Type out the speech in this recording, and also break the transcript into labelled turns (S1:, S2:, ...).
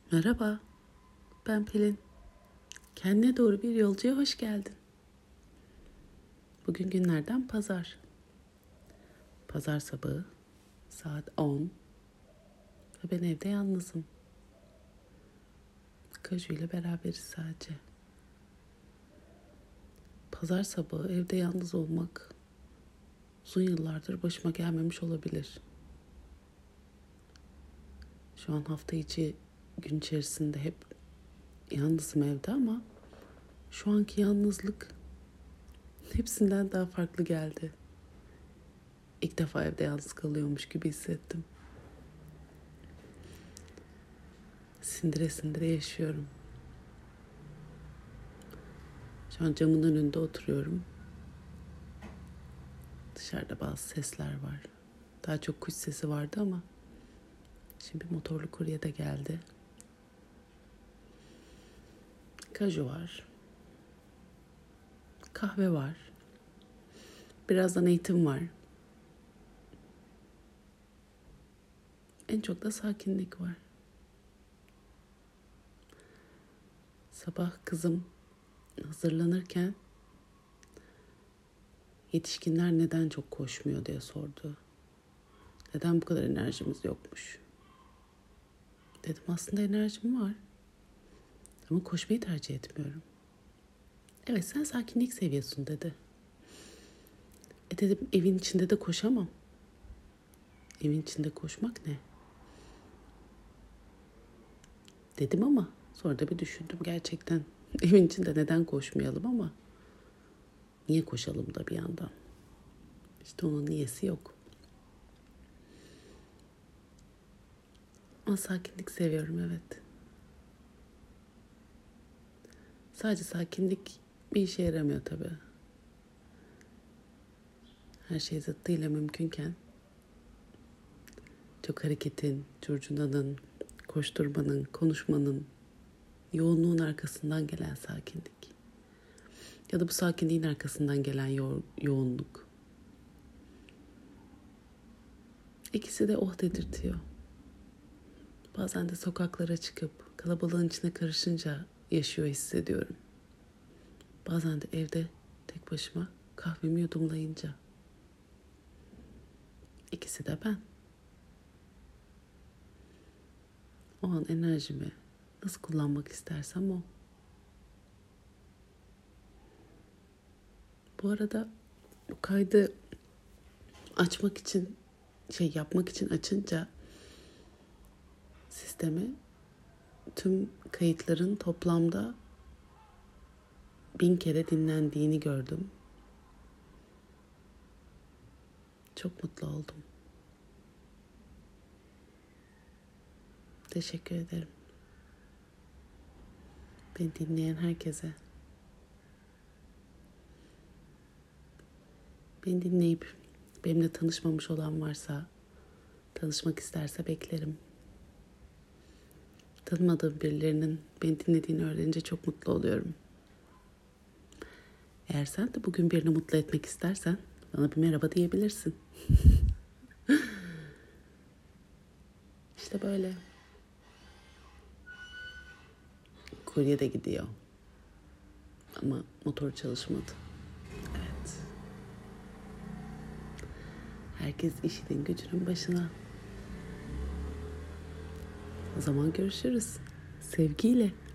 S1: Merhaba, ben Pelin. Kendine doğru bir yolcuya hoş geldin. Bugün günlerden pazar. Pazar sabahı saat 10 ve ben evde yalnızım. Kaju ile beraberiz sadece. Pazar sabahı evde yalnız olmak uzun yıllardır başıma gelmemiş olabilir. Şu an hafta içi gün içerisinde hep yalnızım evde ama şu anki yalnızlık hepsinden daha farklı geldi. İlk defa evde yalnız kalıyormuş gibi hissettim. Sindire sindire yaşıyorum. Şu an camın önünde oturuyorum. Dışarıda bazı sesler var. Daha çok kuş sesi vardı ama şimdi motorlu kurye de geldi. Kaju var. Kahve var. Birazdan eğitim var. En çok da sakinlik var. Sabah kızım hazırlanırken yetişkinler neden çok koşmuyor diye sordu. Neden bu kadar enerjimiz yokmuş? Dedim aslında enerjim var. Ama koşmayı tercih etmiyorum. Evet sen sakinlik seviyorsun dedi. Dedim evin içinde de koşamam. Evin içinde koşmak ne? Dedim ama sonra da bir düşündüm gerçekten. Evin içinde neden koşmayalım ama niye koşalım da bir yandan? İşte onun niyesi yok. Ama sakinlik seviyorum evet. Sadece sakinlik bir işe yaramıyor tabii. Her şey zıttıyla mümkünken çok hareketin, curcunanın, koşturmanın, konuşmanın, yoğunluğun arkasından gelen sakinlik. Ya da bu sakinliğin arkasından gelen yoğunluk. İkisi de oh dedirtiyor. Bazen de sokaklara çıkıp kalabalığın içine karışınca yaşıyor hissediyorum. Bazen de evde tek başıma kahvemi yudumlayınca. İkisi de ben. O an enerjimi nasıl kullanmak istersem o. Bu arada bu kaydı yapmak için açınca sistemi tüm kayıtların toplamda 1000 kere dinlendiğini gördüm. Çok mutlu oldum. Teşekkür ederim. Beni dinleyen herkese. Beni dinleyip benimle tanışmamış olan varsa, tanışmak isterse beklerim. Tanımadığım birilerinin beni dinlediğini öğrenince çok mutlu oluyorum. Eğer sen de bugün birini mutlu etmek istersen bana bir merhaba diyebilirsin. İşte böyle. Kurye de gidiyor. Ama motor çalışmadı. Evet. Herkes işinin gücünün başına. O zaman görüşürüz. Sevgiyle.